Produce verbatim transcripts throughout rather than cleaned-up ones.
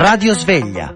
Radio Sveglia.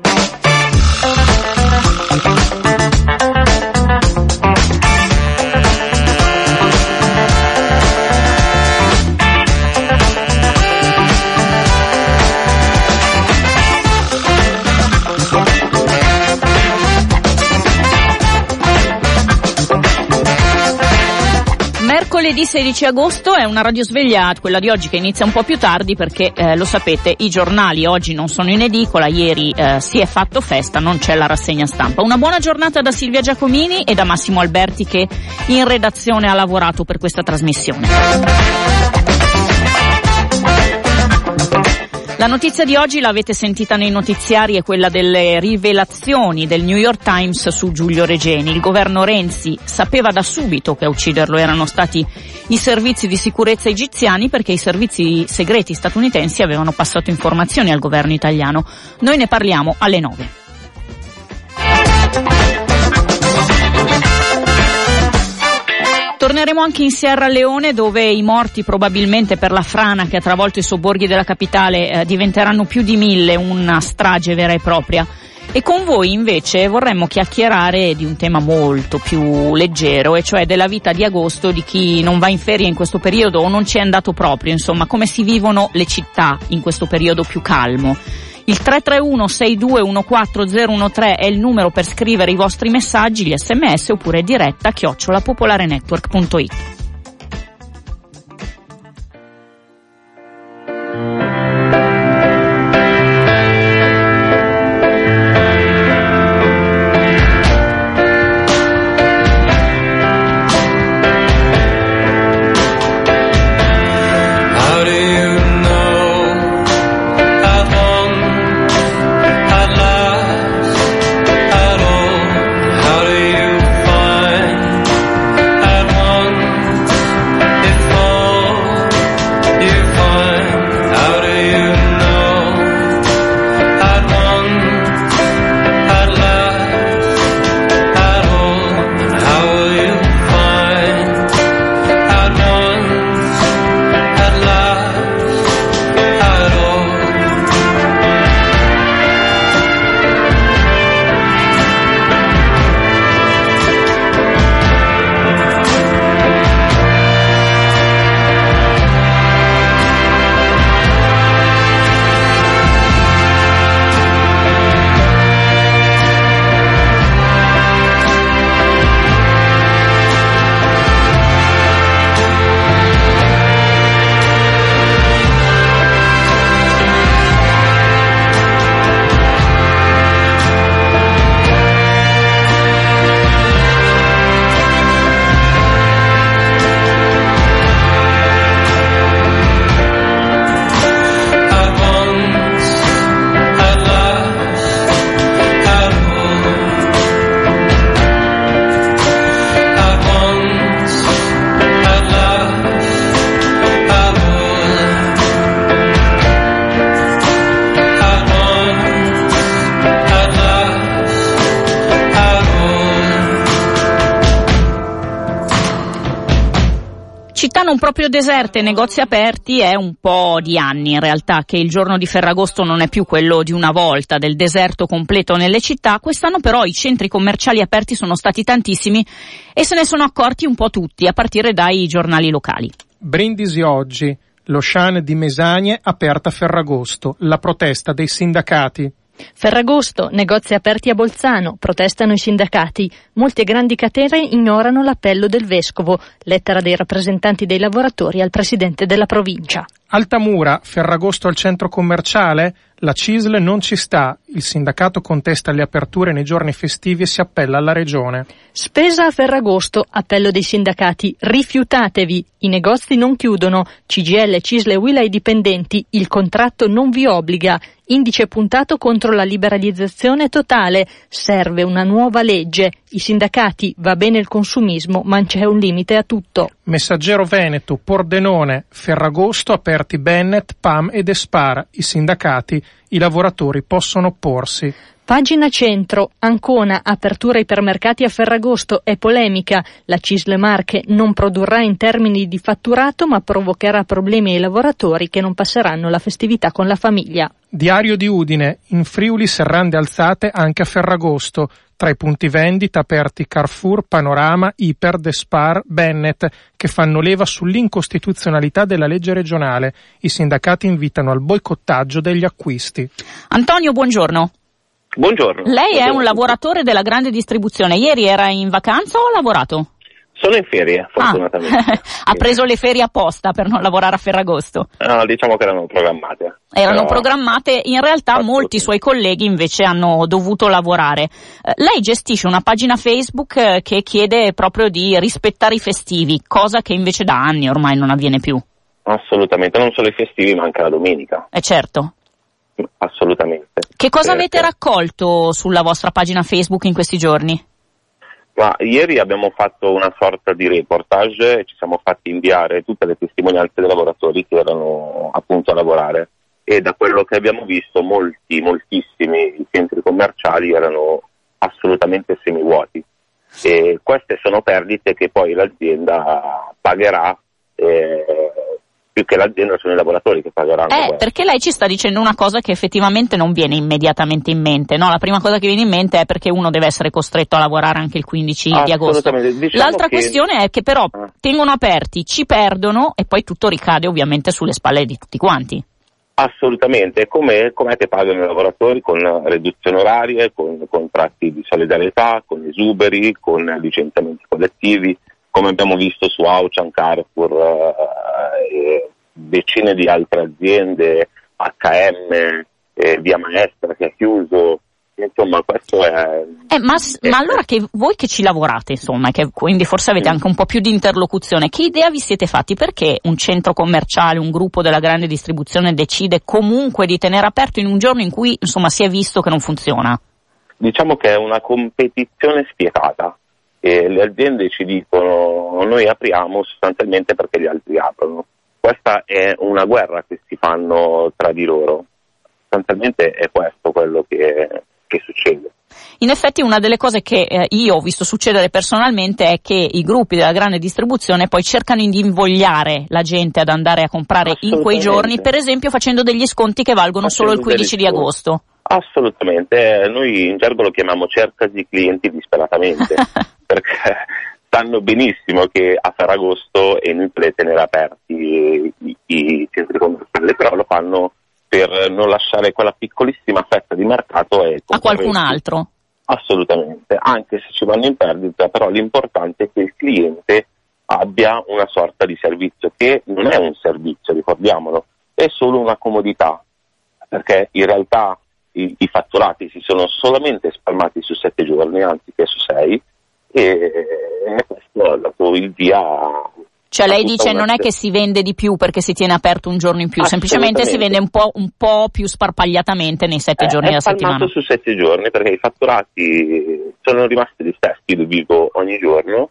Mercoledì sedici agosto è una radiosveglia, quella di oggi, che inizia un po' più tardi perché eh, lo sapete, i giornali oggi non sono in edicola, ieri eh, si è fatto festa, non c'è la rassegna stampa. Una buona giornata da Silvia Giacomini e da Massimo Alberti, che in redazione ha lavorato per questa trasmissione. La notizia di oggi l'avete sentita nei notiziari, è quella delle rivelazioni del New York Times su Giulio Regeni. Il governo Renzi sapeva da subito che a ucciderlo erano stati i servizi di sicurezza egiziani, perché i servizi segreti statunitensi avevano passato informazioni al governo italiano. Noi ne parliamo alle nove. Torneremo anche in Sierra Leone, dove i morti probabilmente per la frana che ha travolto i sobborghi della capitale eh, diventeranno più di mille, una strage vera e propria. E con voi invece vorremmo chiacchierare di un tema molto più leggero, e cioè della vita di agosto di chi non va in ferie in questo periodo o non ci è andato proprio, insomma, come si vivono le città in questo periodo più calmo. Il tre tre uno sei due uno quattro zero uno tre è il numero per scrivere i vostri messaggi, gli sms, oppure diretta chiocciola popolarenetwork punto it. Non proprio deserte, negozi aperti, è un po' di anni in realtà che il giorno di Ferragosto non è più quello di una volta, del deserto completo nelle città. Quest'anno però i centri commerciali aperti sono stati tantissimi e se ne sono accorti un po' tutti, a partire dai giornali locali. Brindisi oggi, l'Auchan di Mesagne aperta a Ferragosto, la protesta dei sindacati. Ferragosto, negozi aperti a Bolzano, protestano i sindacati. Molte grandi catene ignorano l'appello del vescovo. Lettera dei rappresentanti dei lavoratori al presidente della provincia. Altamura, Ferragosto al centro commerciale? La C I S L non ci sta. Il sindacato contesta le aperture nei giorni festivi e si appella alla regione. Spesa a Ferragosto, appello dei sindacati. Rifiutatevi, i negozi non chiudono. C G I L, C I S L e U I L ai dipendenti, il contratto non vi obbliga. Indice puntato contro la liberalizzazione totale. Serve una nuova legge. I sindacati, va bene il consumismo, ma c'è un limite a tutto. Messaggero Veneto, Pordenone, Ferragosto aperti Bennett, P A M ed Espar. I sindacati, i lavoratori possono opporsi. Pagina centro, Ancona, apertura ipermercati a Ferragosto, è polemica. La C I S L Marche non produrrà in termini di fatturato ma provocherà problemi ai lavoratori che non passeranno la festività con la famiglia. Diario di Udine, in Friuli serrande alzate anche a Ferragosto. Tra i punti vendita aperti Carrefour, Panorama, Iper, Despar, Bennett, che fanno leva sull'incostituzionalità della legge regionale. I sindacati invitano al boicottaggio degli acquisti. Antonio, buongiorno. Buongiorno. Lei Buongiorno. è un lavoratore della grande distribuzione. Ieri era in vacanza o ha lavorato? Sono in ferie, fortunatamente. Ah, ha preso le ferie apposta per non lavorare a Ferragosto? No, diciamo che erano programmate. Erano Però... programmate, in realtà molti suoi colleghi invece hanno dovuto lavorare. Eh, lei gestisce una pagina Facebook eh, che chiede proprio di rispettare i festivi, cosa che invece da anni ormai non avviene più. Assolutamente, non solo i festivi ma anche la domenica. Eh certo. Assolutamente. Che cosa Perché... avete raccolto sulla vostra pagina Facebook in questi giorni? Ma ieri abbiamo fatto una sorta di reportage e ci siamo fatti inviare tutte le testimonianze dei lavoratori che erano appunto a lavorare, e da quello che abbiamo visto molti, moltissimi centri commerciali erano assolutamente semivuoti, e queste sono perdite che poi l'azienda pagherà. Eh, più che l'azienda sono i lavoratori che pagheranno. Eh, questo. Perché lei ci sta dicendo una cosa che effettivamente non viene immediatamente in mente, no? La prima cosa che viene in mente è perché uno deve essere costretto a lavorare anche il quindici di agosto. Diciamo L'altra che... questione è che però tengono aperti, ci perdono e poi tutto ricade ovviamente sulle spalle di tutti quanti. Assolutamente, come com'è che pagano i lavoratori? Con riduzioni orarie, con contratti di solidarietà, con esuberi, con licenziamenti collettivi, come abbiamo visto su Auchan, Carrefour eh, e decine di altre aziende, acca emme, eh, Via Maestra che ha chiuso, insomma questo è... Eh, ma, è... ma allora che voi che ci lavorate, insomma, che quindi forse avete anche un po' più di interlocuzione, che idea vi siete fatti? Perché un centro commerciale, un gruppo della grande distribuzione decide comunque di tenere aperto in un giorno in cui insomma si è visto che non funziona? Diciamo che è una competizione spietata. E le aziende ci dicono noi apriamo sostanzialmente perché gli altri aprono. Questa è una guerra che si fanno tra di loro. Sostanzialmente è questo quello che, che succede. In effetti una delle cose che eh, io ho visto succedere personalmente è che i gruppi della grande distribuzione poi cercano di invogliare la gente ad andare a comprare in quei giorni, per esempio facendo degli sconti che valgono facendo solo il quindici di agosto. Assolutamente, noi in gergo lo chiamiamo cercasi clienti disperatamente, perché sanno benissimo che a Ferragosto è inutile tenere aperti i, i centri commerciali, però lo fanno per non lasciare quella piccolissima fetta di mercato e a qualcun altro. Assolutamente, anche se ci vanno in perdita, però l'importante è che il cliente abbia una sorta di servizio, che non è un servizio, ricordiamolo, è solo una comodità, perché in realtà I, i fatturati si sono solamente spalmati su sette giorni anziché su sei, e, e questo ha dato il via. Cioè lei dice non è che si vende di più perché si tiene aperto un giorno in più, semplicemente si vende un po', un po' più sparpagliatamente nei sette eh, giorni della settimana. È spalmato su sette giorni perché i fatturati sono rimasti gli stessi, io vivo ogni giorno,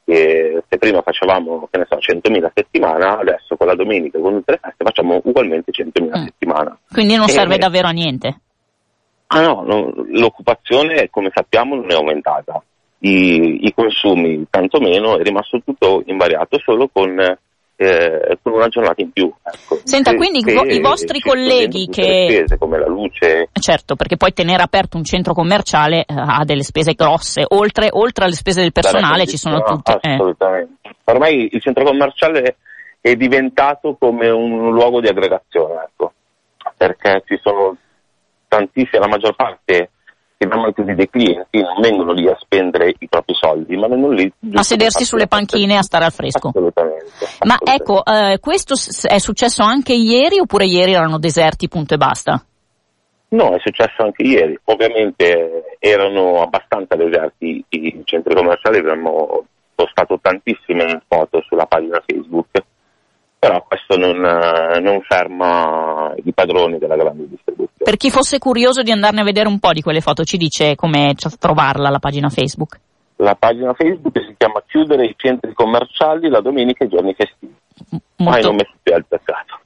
e se prima facevamo, che ne so, centomila a settimana, adesso con la domenica, con tutte le feste, facciamo ugualmente centomila a mm. settimana. Quindi non e serve davvero a niente? Ah no, no, l'occupazione come sappiamo non è aumentata, I, i consumi tanto meno, è rimasto tutto invariato solo con, eh, con una giornata in più. Ecco. Senta, se, quindi se i vostri colleghi che... Le spese come la luce... Certo, perché poi tenere aperto un centro commerciale eh, ha delle spese grosse, oltre, oltre alle spese del personale ci sono tutte... Assolutamente. Eh. Ormai il centro commerciale è diventato come un luogo di aggregazione, ecco, perché ci sono tantissimi, la maggior parte, chiamiamoli così, dei clienti non vengono lì a spendere i propri soldi, ma vengono lì a sedersi sulle panchine e a stare al fresco. Assolutamente. Ma assolutamente. ecco, eh, questo è successo anche ieri oppure ieri erano deserti, punto e basta? No, è successo anche ieri. Ovviamente erano abbastanza deserti i centri commerciali, abbiamo postato tantissime foto sulla pagina Facebook, però questo non, non ferma i padroni della grande distribuzione. Per chi fosse curioso di andarne a vedere un po' di quelle foto, ci dice come trovarla la pagina Facebook? La pagina Facebook si chiama Chiudere i centri commerciali la domenica e i giorni festivi. Molto... Mai non messo più al peccato.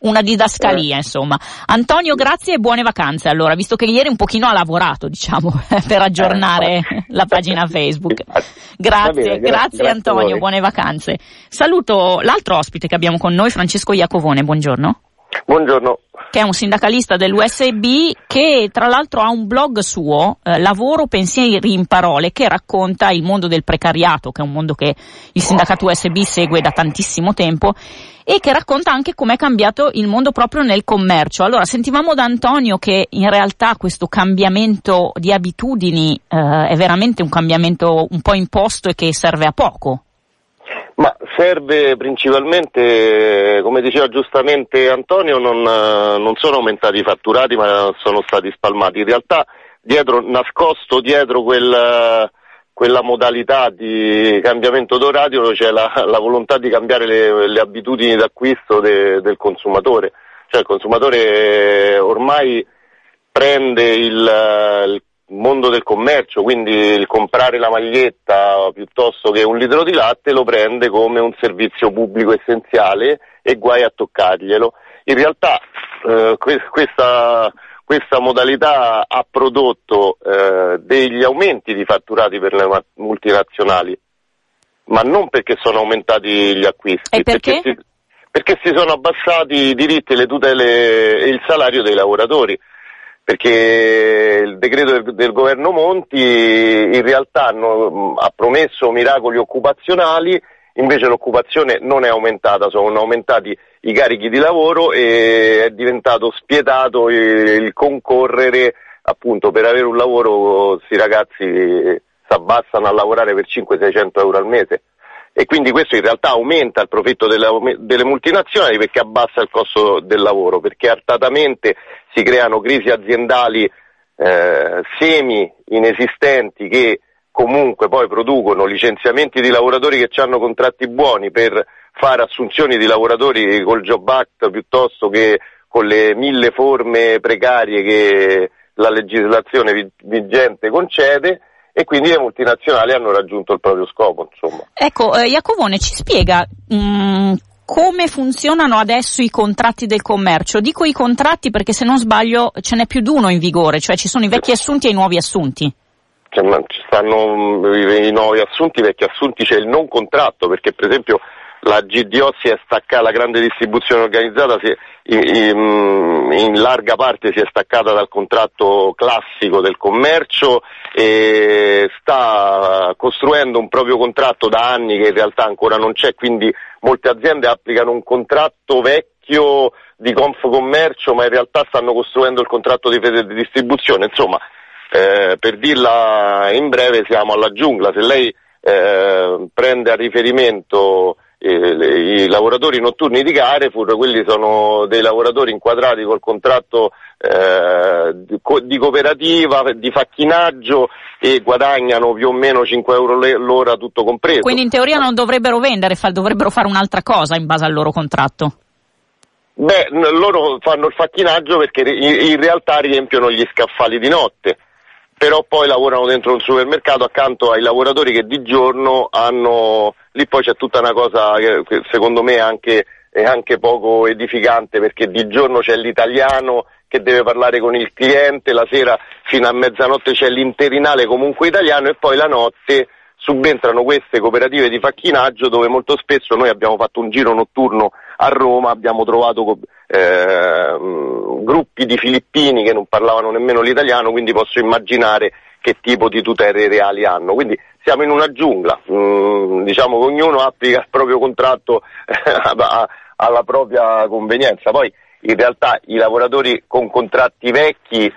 una didascalia, eh. insomma. Antonio, grazie e buone vacanze allora, visto che ieri un pochino ha lavorato, diciamo, per aggiornare eh, la pagina Facebook. Grazie, bene, gra- grazie, grazie Antonio, buone vacanze. Saluto l'altro ospite che abbiamo con noi, Francesco Iacovone, buongiorno. Buongiorno. Che è un sindacalista dell'U S B che tra l'altro ha un blog suo, eh, Lavoro, Pensieri in Parole, che racconta il mondo del precariato, che è un mondo che il sindacato U S B segue da tantissimo tempo, e che racconta anche com'è cambiato il mondo proprio nel commercio. Allora, sentivamo da Antonio che in realtà questo cambiamento di abitudini eh, è veramente un cambiamento un po' imposto e che serve a poco. Ma serve principalmente, come diceva giustamente Antonio, non, non sono aumentati i fatturati, ma sono stati spalmati. In realtà, dietro, nascosto dietro quel, quella modalità di cambiamento d'orario c'è la, la volontà di cambiare le, le abitudini d'acquisto de, del consumatore. Cioè il consumatore ormai prende il, il mondo del commercio, quindi il comprare la maglietta piuttosto che un litro di latte lo prende come un servizio pubblico essenziale e guai a toccarglielo. In realtà eh, questa, questa modalità ha prodotto eh, degli aumenti di fatturati per le multinazionali, ma non perché sono aumentati gli acquisti, e perché? Perché, si, perché si sono abbassati i diritti, le tutele e il salario dei lavoratori. Perché il decreto del, del governo Monti in realtà hanno, ha promesso miracoli occupazionali, invece l'occupazione non è aumentata, sono aumentati i carichi di lavoro e è diventato spietato il, il concorrere, appunto, per avere un lavoro. Questi ragazzi si abbassano a lavorare per cinquecento seicento euro al mese. E quindi questo in realtà aumenta il profitto delle, delle multinazionali perché abbassa il costo del lavoro, perché artatamente si creano crisi aziendali eh, semi inesistenti che comunque poi producono licenziamenti di lavoratori che hanno contratti buoni per fare assunzioni di lavoratori col Job Act piuttosto che con le mille forme precarie che la legislazione vigente concede. E quindi le multinazionali hanno raggiunto il proprio scopo, insomma. Ecco, eh, Iacovone ci spiega mh, come funzionano adesso i contratti del commercio. Dico i contratti perché se non sbaglio ce n'è più di uno in vigore, cioè ci sono i vecchi assunti e i nuovi assunti. Cioè, ma ci stanno i, i nuovi assunti, i vecchi assunti, c'è il non contratto, perché per esempio la G D O si è staccata, la grande distribuzione organizzata si è, in, in larga parte si è staccata dal contratto classico del commercio e sta costruendo un proprio contratto da anni che in realtà ancora non c'è, quindi molte aziende applicano un contratto vecchio di Confcommercio ma in realtà stanno costruendo il contratto di fede di distribuzione. Insomma, eh, per dirla in breve, siamo alla giungla. Se lei eh, prende a riferimento I, i lavoratori notturni di Carrefour, quelli sono dei lavoratori inquadrati col contratto eh, di, di cooperativa, di facchinaggio e guadagnano più o meno cinque euro l'ora tutto compreso. Quindi in teoria non dovrebbero vendere, fa, dovrebbero fare un'altra cosa in base al loro contratto. Beh, loro fanno il facchinaggio perché in realtà riempiono gli scaffali di notte, però poi lavorano dentro un supermercato accanto ai lavoratori che di giorno hanno. Lì poi c'è tutta una cosa che, che secondo me è anche, è anche poco edificante, perché di giorno c'è l'italiano che deve parlare con il cliente, la sera fino a mezzanotte c'è l'interinale comunque italiano e poi la notte subentrano queste cooperative di facchinaggio dove molto spesso noi abbiamo fatto un giro notturno a Roma, abbiamo trovato eh, gruppi di filippini che non parlavano nemmeno l'italiano, quindi posso immaginare che tipo di tutele reali hanno. Quindi siamo in una giungla, mm, diciamo che ognuno applica il proprio contratto eh, alla propria convenienza. Poi in realtà i lavoratori con contratti vecchi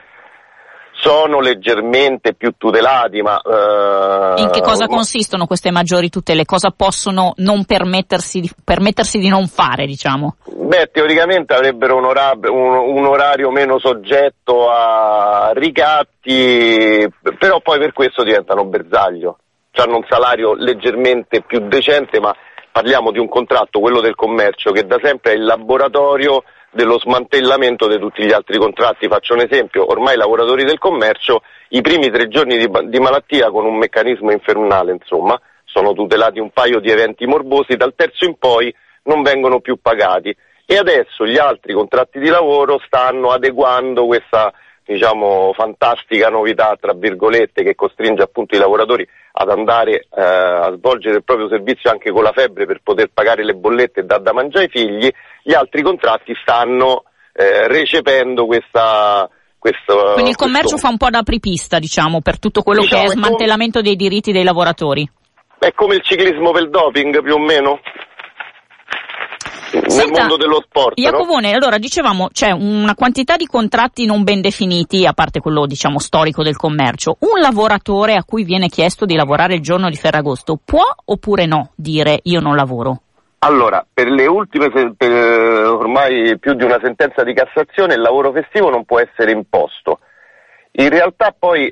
sono leggermente più tutelati, ma eh, in che cosa consistono queste maggiori tutele? Cosa possono non permettersi di, permettersi di non fare, diciamo? Beh, teoricamente avrebbero un, ora- un, un orario meno soggetto a ricatti, però poi per questo diventano bersaglio. Hanno un salario leggermente più decente, ma parliamo di un contratto, quello del commercio, che da sempre è il laboratorio dello smantellamento di tutti gli altri contratti. Faccio un esempio: ormai i lavoratori del commercio i primi tre giorni di, di malattia, con un meccanismo infernale, insomma, sono tutelati un paio di eventi morbosi, dal terzo in poi non vengono più pagati. e adesso gli altri contratti di lavoro stanno adeguando questa, diciamo, fantastica novità, tra virgolette, che costringe appunto i lavoratori ad andare eh, a svolgere il proprio servizio anche con la febbre per poter pagare le bollette e dar da mangiare ai figli. Gli altri contratti stanno eh, recependo questa questo, quindi il commercio questo... fa un po' da apripista, diciamo, per tutto quello diciamo, che è smantellamento è come... dei diritti dei lavoratori. È come il ciclismo per doping, più o meno? Nel Senta, mondo dello sport, Iacovone, no? Allora dicevamo c'è una quantità di contratti non ben definiti, a parte quello diciamo storico del commercio. Un lavoratore a cui viene chiesto di lavorare il giorno di Ferragosto può oppure no dire io non lavoro? Allora, per le ultime, per ormai più di una sentenza di Cassazione, il lavoro festivo non può essere imposto. In realtà poi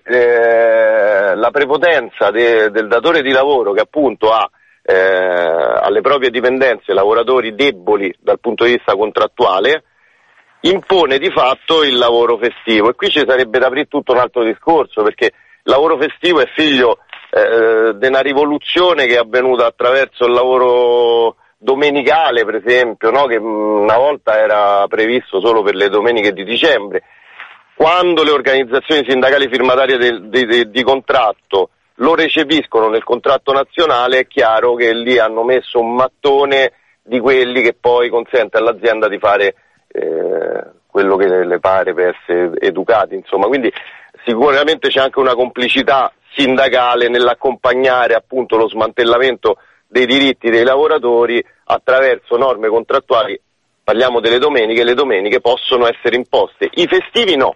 eh, la prepotenza de, del datore di lavoro, che appunto ha Eh, alle proprie dipendenze lavoratori deboli dal punto di vista contrattuale, impone di fatto il lavoro festivo, e qui ci sarebbe da aprire tutto un altro discorso, perché il lavoro festivo è figlio eh, di una rivoluzione che è avvenuta attraverso il lavoro domenicale, per esempio, no? Che una volta era previsto solo per le domeniche di dicembre. Quando le organizzazioni sindacali firmatarie di, di, di contratto lo recepiscono nel contratto nazionale, è chiaro che lì hanno messo un mattone di quelli che poi consente all'azienda di fare eh, quello che le pare per essere educati, insomma. Quindi sicuramente c'è anche una complicità sindacale nell'accompagnare appunto lo smantellamento dei diritti dei lavoratori attraverso norme contrattuali. Parliamo delle domeniche, le domeniche possono essere imposte, i festivi no.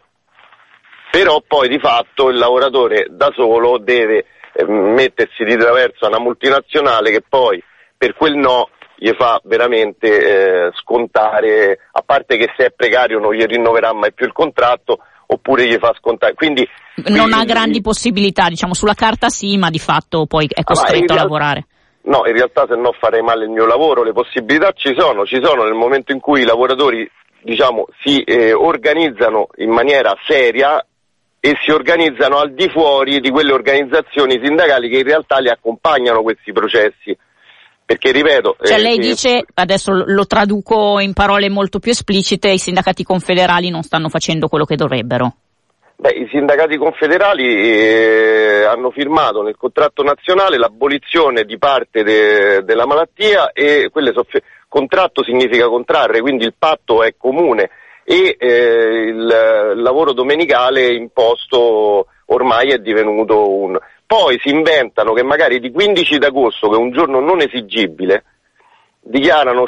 Però poi di fatto il lavoratore da solo deve eh, mettersi di traverso a una multinazionale che poi per quel no gli fa veramente eh, scontare, a parte che se è precario non gli rinnoverà mai più il contratto, oppure gli fa scontare. Quindi non quindi, ha grandi possibilità, diciamo, sulla carta sì, ma di fatto poi è costretto a real- lavorare. No, in realtà se no farei male il mio lavoro. Le possibilità ci sono, ci sono nel momento in cui i lavoratori, diciamo, si eh, organizzano in maniera seria e si organizzano al di fuori di quelle organizzazioni sindacali che in realtà li accompagnano questi processi. Perché, ripeto... Cioè eh, lei che... dice, adesso lo traduco in parole molto più esplicite, i sindacati confederali non stanno facendo quello che dovrebbero. Beh, i sindacati confederali eh, hanno firmato nel contratto nazionale l'abolizione di parte de- della malattia, e quelle soffe- contratto significa contrarre, quindi il patto è comune. E eh, il lavoro domenicale imposto ormai è divenuto un... Poi si inventano che magari di quindici d'agosto, che è un giorno non esigibile, dichiarano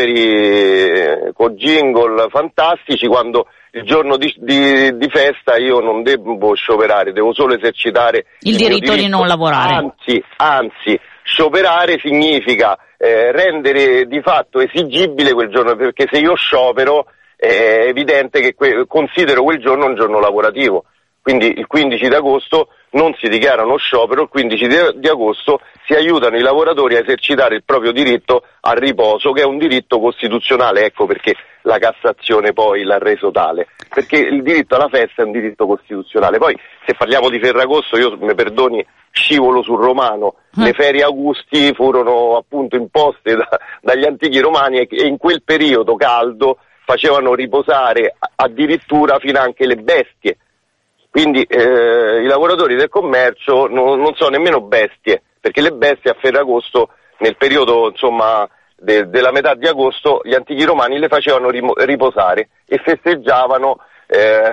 scioperi con jingle fantastici, quando il giorno di, di, di festa io non devo scioperare, devo solo esercitare il, il diritto, diritto di non lavorare. Anzi, anzi, scioperare significa eh, rendere di fatto esigibile quel giorno, perché se io sciopero è evidente che que- considero quel giorno un giorno lavorativo. Quindi il quindici d'agosto non si dichiara uno sciopero, il quindici di agosto si aiutano i lavoratori a esercitare il proprio diritto al riposo, che è un diritto costituzionale. Ecco perché la Cassazione poi l'ha reso tale, perché il diritto alla festa è un diritto costituzionale. Poi se parliamo di Ferragosto, io, mi perdoni, scivolo sul romano, mm. le ferie augusti furono appunto imposte da, dagli antichi romani, e, e in quel periodo caldo facevano riposare addirittura finanche le bestie. Quindi eh, i lavoratori del commercio non, non sono nemmeno bestie, perché le bestie a Ferragosto, nel periodo insomma de, della metà di agosto, gli antichi romani le facevano rim- riposare e festeggiavano eh,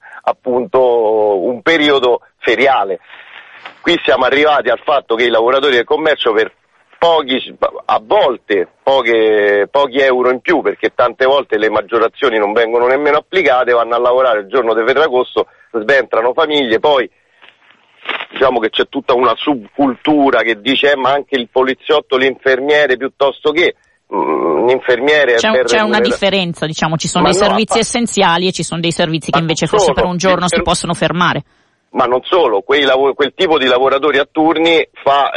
appunto un periodo feriale. Qui siamo arrivati al fatto che i lavoratori del commercio per pochi, a volte poche, pochi euro in più, perché tante volte le maggiorazioni non vengono nemmeno applicate, vanno a lavorare il giorno di Ferragosto, sventrano famiglie. Poi diciamo che c'è tutta una subcultura che dice eh, ma anche il poliziotto, l'infermiere, piuttosto che mh, l'infermiere c'è, è c'è una differenza, diciamo, ci sono ma dei no, servizi ma... essenziali e ci sono dei servizi che ma invece solo, forse per un giorno per... si possono fermare. Ma non solo, quei lav- quel tipo di lavoratori a turni fa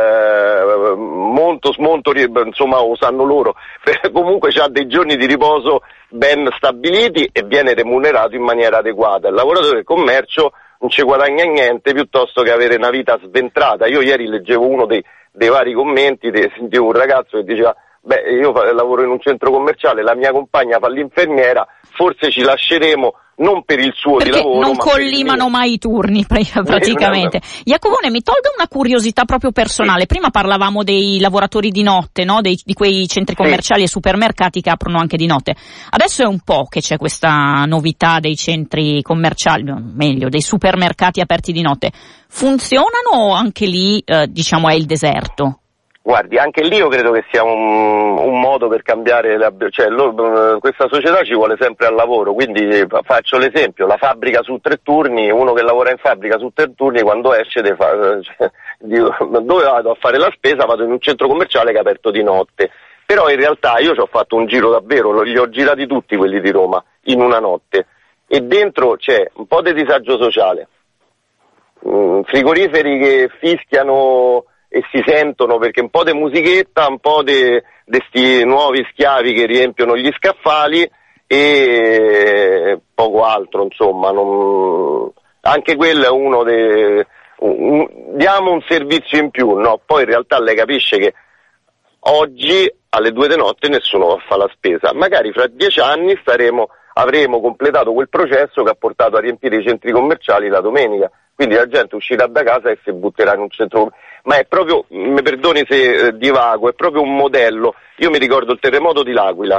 eh, molto smonto, insomma lo sanno loro, comunque c'ha dei giorni di riposo ben stabiliti e viene remunerato in maniera adeguata. Il lavoratore del commercio non ci guadagna niente, piuttosto che avere una vita sventrata. Io ieri leggevo uno dei, dei vari commenti, de, sentivo un ragazzo che diceva beh, io lavoro in un centro commerciale, la mia compagna fa l'infermiera, forse ci lasceremo non per il suo perché di lavoro, non ma collimano mai i turni praticamente. Iacovone, mi tolga una curiosità proprio personale. Sì. Prima parlavamo dei lavoratori di notte, no? Dei, di quei centri commerciali sì. e supermercati che aprono anche di notte. Adesso è un po' che c'è questa novità dei centri commerciali, meglio, dei supermercati aperti di notte. Funzionano o anche lì, eh, diciamo, è il deserto? Guardi, anche lì io credo che sia un, un modo per cambiare, la, cioè lo, questa società ci vuole sempre al lavoro, quindi faccio l'esempio, la fabbrica su tre turni, uno che lavora in fabbrica su tre turni quando esce deve fa, cioè, dico, dove vado a fare la spesa? Vado in un centro commerciale che è aperto di notte, però in realtà io ci ho fatto un giro davvero, li ho girati tutti quelli di Roma in una notte e dentro c'è un po' di disagio sociale, mh, frigoriferi che fischiano e si sentono perché un po' di musichetta, un po' di questi nuovi schiavi che riempiono gli scaffali e poco altro, insomma, non... anche quello è uno dei... Un... diamo un servizio in più, no? Poi in realtà lei capisce che oggi alle due di notte nessuno va a fare la spesa, magari fra dieci anni staremo, avremo completato quel processo che ha portato a riempire i centri commerciali la domenica, quindi la gente uscirà da casa e si butterà in un centro, ma è proprio, mi perdoni se eh, divago, è proprio un modello. Io mi ricordo il terremoto di L'Aquila,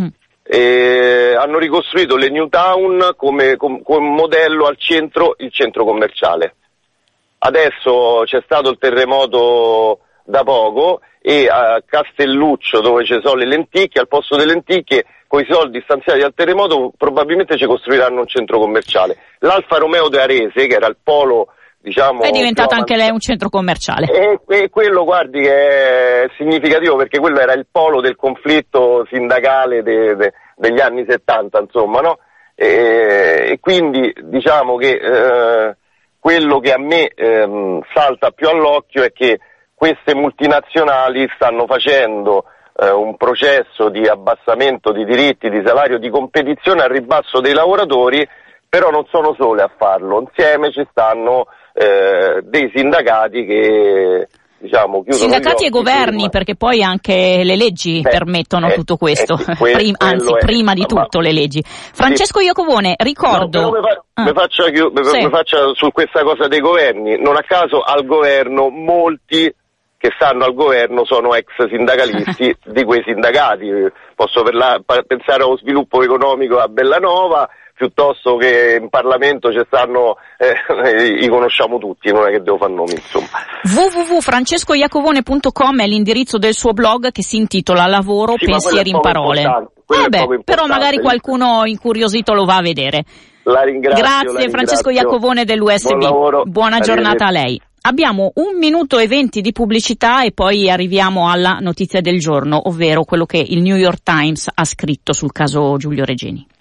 e hanno ricostruito le New Town come, com, come modello al centro, il centro commerciale. Adesso c'è stato il terremoto da poco e a Castelluccio, dove ci sono le lenticchie, al posto delle lenticchie, con i soldi stanziati al terremoto probabilmente ci costruiranno un centro commerciale. L'Alfa Romeo de Arese, che era il polo, diciamo, è diventata anche lei un centro commerciale. E, e quello, guardi, che è significativo perché quello era il polo del conflitto sindacale de, de, degli anni settanta, insomma, no? E, e quindi diciamo che eh, quello che a me eh, salta più all'occhio è che queste multinazionali stanno facendo eh, un processo di abbassamento di diritti, di salario, di competizione al ribasso dei lavoratori, però non sono sole a farlo, insieme ci stanno eh, dei sindacati che, diciamo, chiudono sindacati e governi, prima. Perché poi anche le leggi Beh, permettono eh, tutto questo, eh, que- Prim- anzi è, prima di tutto ma, le leggi. Francesco sì. Iacovone, ricordo... No, mi, fa- ah. mi, faccia, mi, sì. mi faccia su questa cosa dei governi, non a caso al governo molti che stanno al governo sono ex sindacalisti di quei sindacati, posso per la, pensare allo sviluppo economico a Bellanova, piuttosto che in Parlamento ci stanno, eh, li conosciamo tutti, non è che devo fare nomi, insomma. w w w punto francesco iacovone punto com è l'indirizzo del suo blog che si intitola Lavoro, sì, pensieri in parole. Eh beh, però magari qualcuno incuriosito lo va a vedere. La ringrazio. Grazie la Francesco ringrazio. Iacovone dell'U S B. Buon lavoro. Buona giornata a lei. Abbiamo un minuto e venti di pubblicità e poi arriviamo alla notizia del giorno, ovvero quello che il New York Times ha scritto sul caso Giulio Regeni.